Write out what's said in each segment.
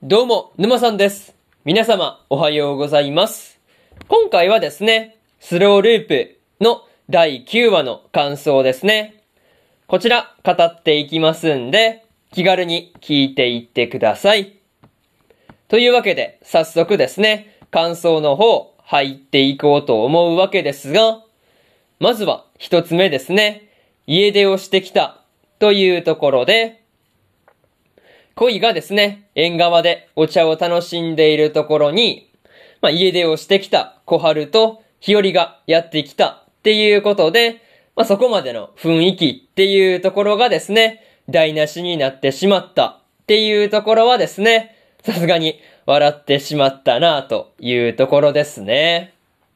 どうも、沼さんです。皆様、おはようございます。今回はですね、スローループの第9話の感想ですね。こちら、語っていきますんで、気軽に聞いていってください。というわけで、早速ですね、感想の方、入っていこうと思うわけですが、まずは一つ目ですね、家出をしてきたというところで、恋がですね、縁側でお茶を楽しんでいるところに、家出をしてきた小春と日和がやってきたっていうことで、そこまでの雰囲気っていうところがですね、台無しになってしまったっていうところはですね、さすがに笑ってしまったなというところですね。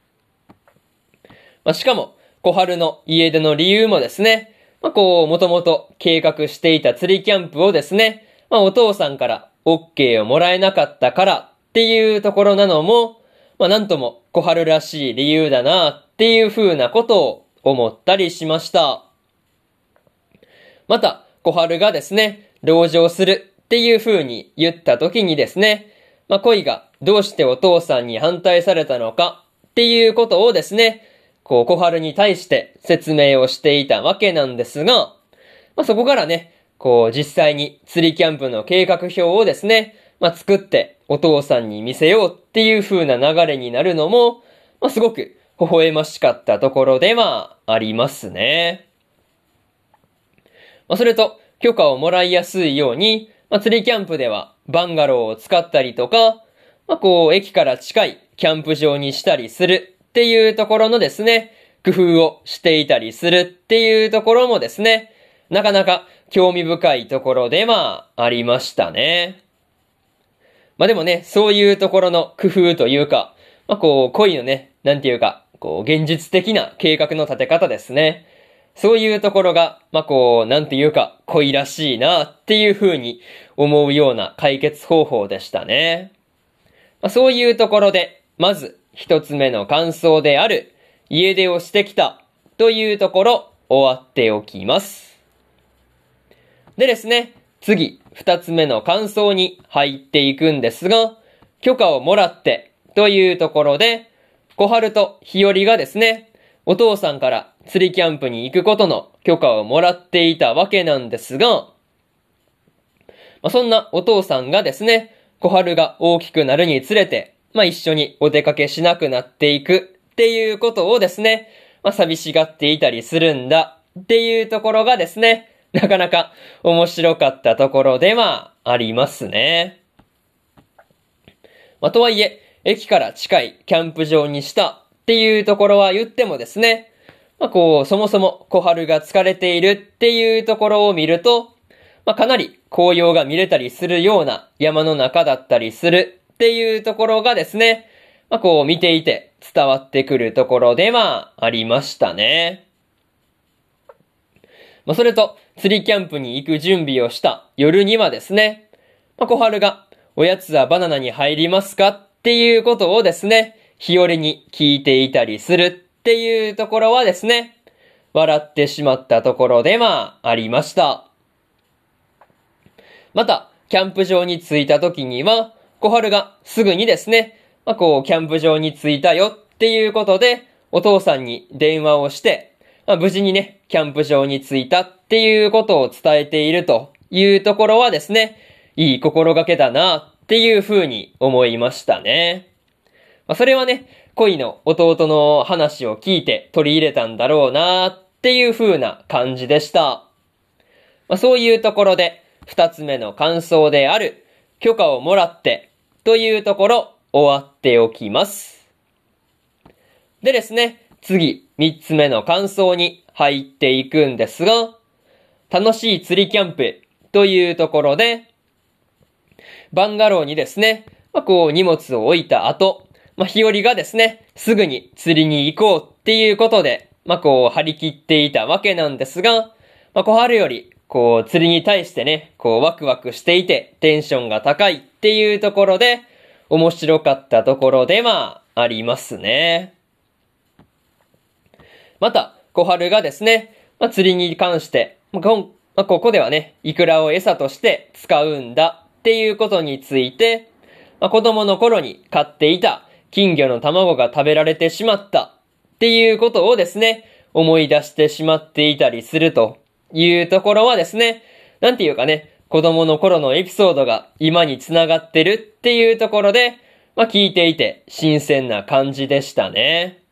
しかも、小春の家出の理由もですね、もともと計画していた釣りキャンプをですね、お父さんから OK をもらえなかったからっていうところなのも、なんとも小春らしい理由だなっていう風なことを思ったりしました。また、小春がですね、同情するっていう風に言った時にですね、恋がどうしてお父さんに反対されたのかっていうことをですね、小春に対して説明をしていたわけなんですが、そこからね、実際に釣りキャンプの計画表をですね、作ってお父さんに見せようっていう風な流れになるのも、すごく微笑ましかったところではありますね。それと、許可をもらいやすいように、釣りキャンプではバンガローを使ったりとか、駅から近いキャンプ場にしたりするっていうところのですね、工夫をしていたりするっていうところもですね、なかなか興味深いところではありましたね。でもね、そういうところの工夫というか、恋のね、なんていうか、現実的な計画の立て方ですね。そういうところが、なんていうか、恋らしいなっていう風に思うような解決方法でしたね。そういうところで、まず一つ目の感想である、家出をしてきたというところ、終わっておきます。でですね、次、二つ目の感想に入っていくんですが、許可をもらってというところで、小春と日和がですね、お父さんから釣りキャンプに行くことの許可をもらっていたわけなんですが、そんなお父さんがですね、小春が大きくなるにつれて、一緒にお出かけしなくなっていくっていうことをですね、寂しがっていたりするんだっていうところがですね、なかなか面白かったところではありますね。とはいえ、駅から近いキャンプ場にしたっていうところは言ってもですね、そもそも小春が疲れているっていうところを見ると、かなり紅葉が見れたりするような山の中だったりするっていうところがですね、見ていて伝わってくるところではありましたね。それと、釣りキャンプに行く準備をした夜にはですね、小春が、おやつはバナナに入りますかっていうことをですね、日和に聞いていたりするっていうところはですね、笑ってしまったところではありました。また、キャンプ場に着いた時には、小春がすぐにですね、キャンプ場に着いたよっていうことで、お父さんに電話をして、無事にね、キャンプ場に着いたっていうことを伝えているというところはですね、いい心がけだなっていう風に思いましたね。それはね、恋の弟の話を聞いて取り入れたんだろうなっていう風な感じでした。そういうところで、二つ目の感想である、許可をもらってというところ、終わっておきます。でですね、次、三つ目の感想に入っていくんですが、楽しい釣りキャンプというところで、バンガローにですね、荷物を置いた後、日和がですね、すぐに釣りに行こうっていうことで、張り切っていたわけなんですが、小春より、釣りに対してね、ワクワクしていて、テンションが高いっていうところで、面白かったところではありますね。また、小春がですね、釣りに関して、ここではね、イクラを餌として使うんだっていうことについて、子供の頃に飼っていた金魚の卵が食べられてしまったっていうことをですね、思い出してしまっていたりするというところはですね、なんていうかね、子供の頃のエピソードが今につながってるっていうところで、聞いていて新鮮な感じでしたね。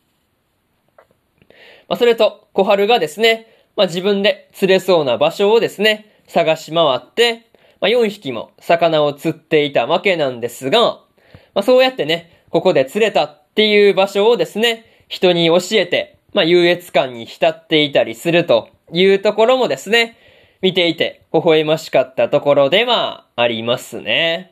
それと、小春がですね、自分で釣れそうな場所をですね、探し回って、4匹も魚を釣っていたわけなんですが、そうやってね、ここで釣れたっていう場所をですね、人に教えて、優越感に浸っていたりするというところもですね、見ていて微笑ましかったところではありますね。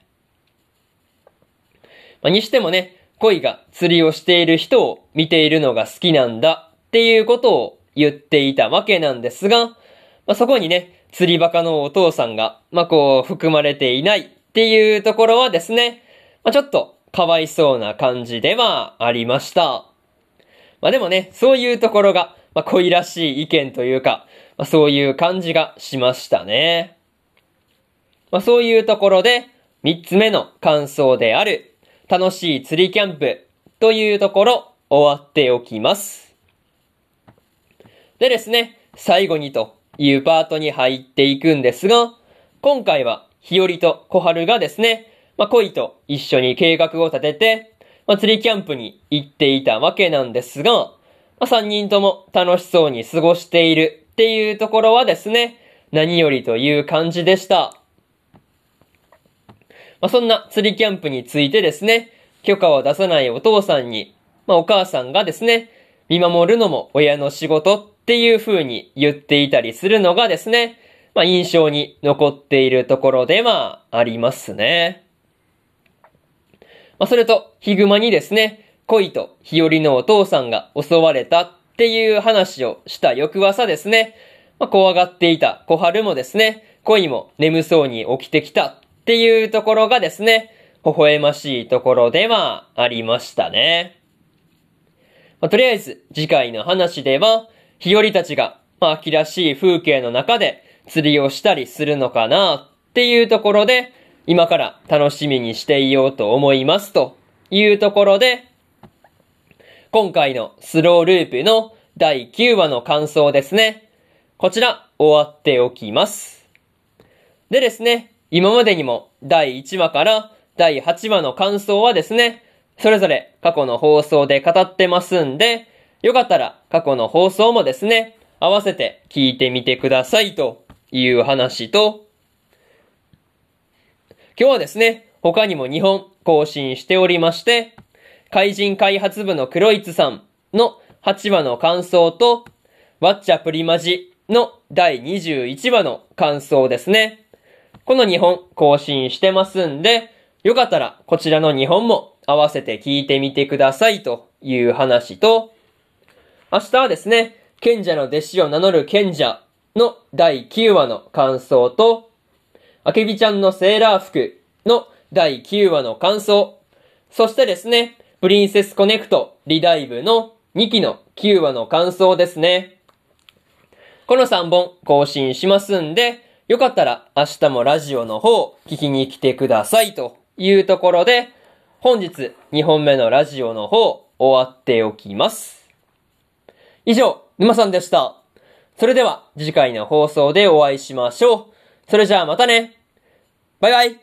にしてもね、恋が釣りをしている人を見ているのが好きなんだっていうことを言っていたわけなんですが、そこにね、釣りバカのお父さんが、含まれていないっていうところはですね、ちょっとかわいそうな感じではありました。でもね、そういうところが、恋らしい意見というか、そういう感じがしましたね。そういうところで、3つ目の感想である、楽しい釣りキャンプというところ、終わっておきます。でですね、最後にというパートに入っていくんですが、今回は日和と小春がですね、恋と一緒に計画を立てて、釣りキャンプに行っていたわけなんですが、3人とも楽しそうに過ごしているっていうところはですね、何よりという感じでした。そんな釣りキャンプについてですね、許可を出さないお父さんに、お母さんがですね、見守るのも親の仕事っていう風に言っていたりするのがですね、印象に残っているところではありますね。それと、ヒグマにですね、恋と日和のお父さんが襲われたっていう話をした翌朝ですね、怖がっていた小春もですね、恋も眠そうに起きてきたっていうところがですね、微笑ましいところではありましたね。とりあえず次回の話では、日和たちが、秋らしい風景の中で釣りをしたりするのかなっていうところで、今から楽しみにしていようと思いますというところで、今回のスローループの第9話の感想ですね。こちら終わっておきます。でですね、今までにも第1話から第8話の感想はですね、それぞれ過去の放送で語ってますんで、よかったら過去の放送もですね、合わせて聞いてみてくださいという話と、今日はですね、他にも2本更新しておりまして、怪人開発部のクロイツさんの8話の感想と、ワッチャプリマジの第21話の感想ですね。この2本更新してますんで、よかったらこちらの2本も合わせて聞いてみてくださいという話と、明日はですね、賢者の弟子を名乗る賢者の第9話の感想と、あけびちゃんのセーラー服の第9話の感想、そしてですね、プリンセスコネクトリダイブの2期の9話の感想ですね。この3本更新しますんで、よかったら明日もラジオの方聞きに来てくださいというところで、本日2本目のラジオの方終わっておきます。以上、沼さんでした。それでは次回の放送でお会いしましょう。それじゃあまたね。バイバイ。